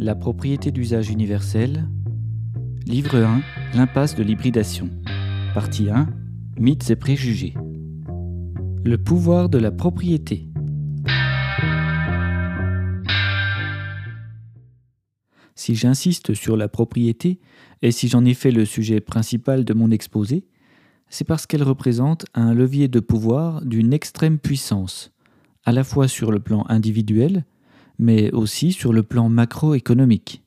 La propriété d'usage universel. Livre 1. L'impasse de l'hybridation. Partie 1. Mythes et préjugés. Le pouvoir de la propriété. Si j'insiste sur la propriété, et si j'en ai fait le sujet principal de mon exposé, c'est parce qu'elle représente un levier de pouvoir d'une extrême puissance, à la fois sur le plan individuel, mais aussi sur le plan macroéconomique.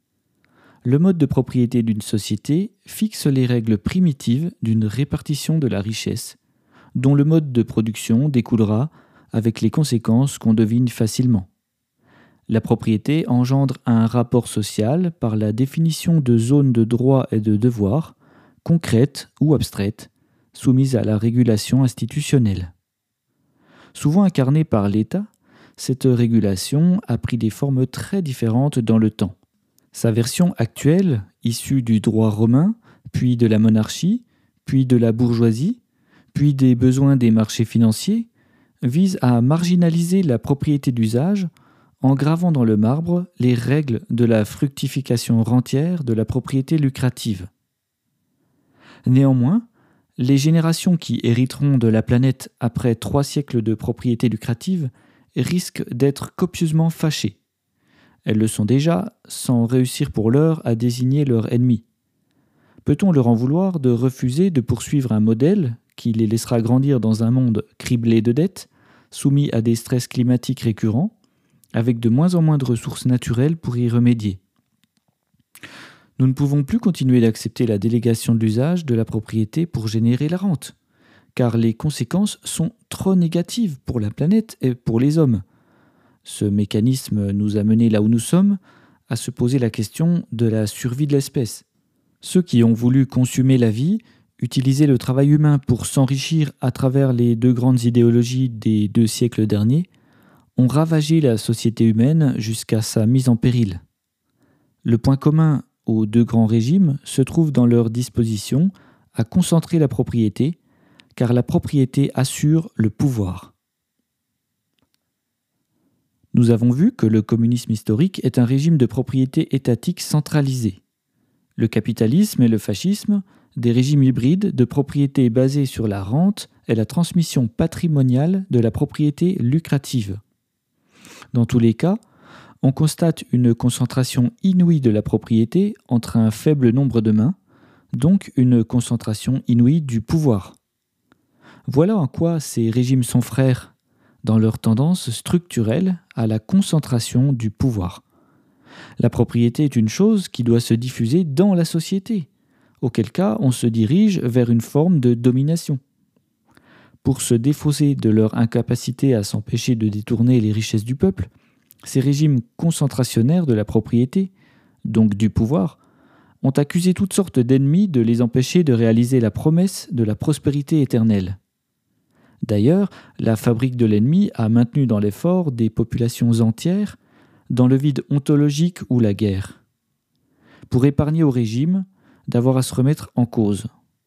Le mode de propriété d'une société fixe les règles primitives d'une répartition de la richesse, dont le mode de production découlera avec les conséquences qu'on devine facilement. La propriété engendre un rapport social par la définition de zones de droits et de devoirs, concrètes ou abstraites, soumises à la régulation institutionnelle. Souvent incarnée par l'État, cette régulation a pris des formes très différentes dans le temps. Sa version actuelle, issue du droit romain, puis de la monarchie, puis de la bourgeoisie, puis des besoins des marchés financiers, vise à marginaliser la propriété d'usage en gravant dans le marbre les règles de la fructification rentière de la propriété lucrative. Néanmoins, les générations qui hériteront de la planète après 3 siècles de propriété lucrative risquent d'être copieusement fâchées. Elles le sont déjà, sans réussir pour l'heure à désigner leur ennemi. Peut-on leur en vouloir de refuser de poursuivre un modèle qui les laissera grandir dans un monde criblé de dettes, soumis à des stress climatiques récurrents, avec de moins en moins de ressources naturelles pour y remédier? Nous ne pouvons plus continuer d'accepter la délégation de l'usage de la propriété pour générer la rente, car les conséquences sont trop négatives pour la planète et pour les hommes. Ce mécanisme nous a menés là où nous sommes, à se poser la question de la survie de l'espèce. Ceux qui ont voulu consumer la vie, utiliser le travail humain pour s'enrichir à travers les 2 grandes idéologies des 2 siècles derniers, ont ravagé la société humaine jusqu'à sa mise en péril. Le point commun aux 2 grands régimes se trouve dans leur disposition à concentrer la propriété, car la propriété assure le pouvoir. Nous avons vu que le communisme historique est un régime de propriété étatique centralisé. Le capitalisme et le fascisme, des régimes hybrides de propriété basés sur la rente et la transmission patrimoniale de la propriété lucrative. Dans tous les cas, on constate une concentration inouïe de la propriété entre un faible nombre de mains, donc une concentration inouïe du pouvoir. Voilà en quoi ces régimes sont frères, dans leur tendance structurelle à la concentration du pouvoir. La propriété est une chose qui doit se diffuser dans la société, auquel cas on se dirige vers une forme de domination. Pour se défausser de leur incapacité à s'empêcher de détourner les richesses du peuple, ces régimes concentrationnaires de la propriété, donc du pouvoir, ont accusé toutes sortes d'ennemis de les empêcher de réaliser la promesse de la prospérité éternelle. D'ailleurs, la fabrique de l'ennemi a maintenu dans l'effort des populations entières, dans le vide ontologique ou la guerre, pour épargner au régime d'avoir à se remettre en cause.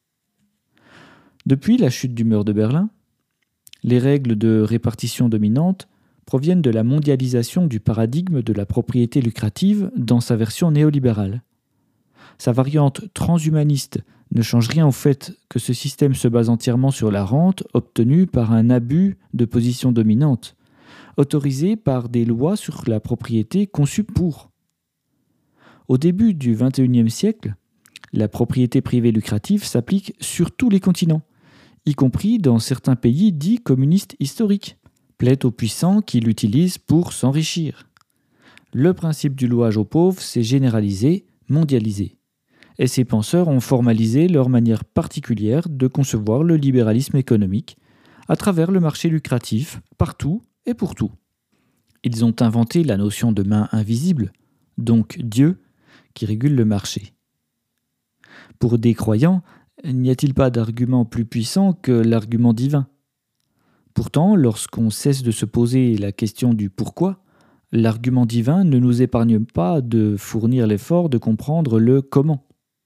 Depuis la chute du mur de Berlin, les règles de répartition dominantes proviennent de la mondialisation du paradigme de la propriété lucrative dans sa version néolibérale. Sa variante transhumaniste ne change rien au fait que ce système se base entièrement sur la rente obtenue par un abus de position dominante, autorisé par des lois sur la propriété conçues pour. Au début du XXIe siècle, la propriété privée lucrative s'applique sur tous les continents, y compris dans certains pays dits communistes historiques, plaît aux puissants qui l'utilisent pour s'enrichir. Le principe du louage aux pauvres s'est généralisé, mondialisé. Et ces penseurs ont formalisé leur manière particulière de concevoir le libéralisme économique à travers le marché lucratif, partout et pour tout. Ils ont inventé la notion de main invisible, donc Dieu, qui régule le marché. Pour des croyants, n'y a-t-il pas d'argument plus puissant que l'argument divin? Pourtant, lorsqu'on cesse de se poser la question du pourquoi, l'argument divin ne nous épargne pas de fournir l'effort de comprendre le comment.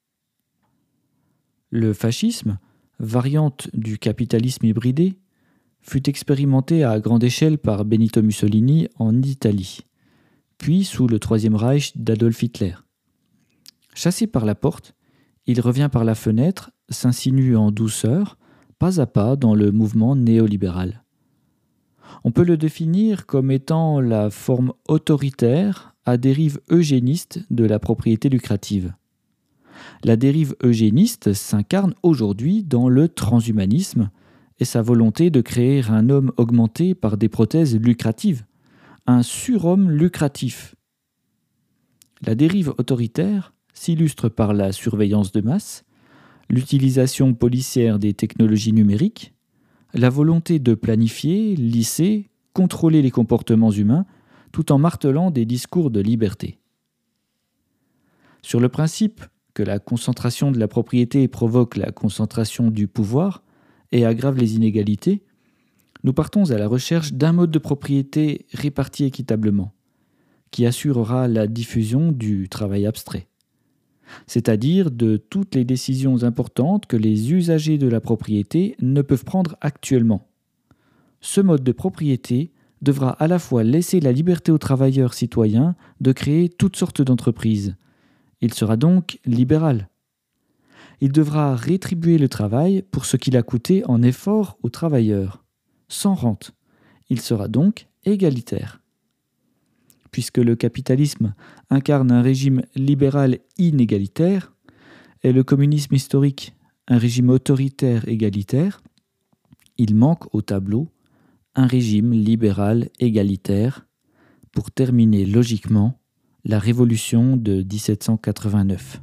Le fascisme, variante du capitalisme hybridé, fut expérimenté à grande échelle par Benito Mussolini en Italie, puis sous le Troisième Reich d'Adolf Hitler. Chassé par la porte, il revient par la fenêtre, s'insinue en douceur, pas à pas dans le mouvement néolibéral. On peut le définir comme étant la forme autoritaire à dérive eugéniste de la propriété lucrative. La dérive eugéniste s'incarne aujourd'hui dans le transhumanisme et sa volonté de créer un homme augmenté par des prothèses lucratives, un surhomme lucratif. La dérive autoritaire s'illustre par la surveillance de masse, l'utilisation policière des technologies numériques, la volonté de planifier, lisser, contrôler les comportements humains, tout en martelant des discours de liberté. Sur le principe que la concentration de la propriété provoque la concentration du pouvoir et aggrave les inégalités, nous partons à la recherche d'un mode de propriété réparti équitablement, qui assurera la diffusion du travail abstrait, c'est-à-dire de toutes les décisions importantes que les usagers de la propriété ne peuvent prendre actuellement. Ce mode de propriété devra à la fois laisser la liberté aux travailleurs citoyens de créer toutes sortes d'entreprises. Il sera donc libéral. Il devra rétribuer le travail pour ce qu'il a coûté en effort aux travailleurs, sans rente. Il sera donc égalitaire. Puisque le capitalisme incarne un régime libéral inégalitaire et le communisme historique un régime autoritaire égalitaire, il manque au tableau un régime libéral égalitaire pour terminer logiquement la révolution de 1789.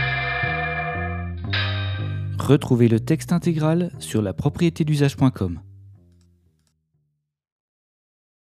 Retrouvez le texte intégral sur lapropriétédusage.com.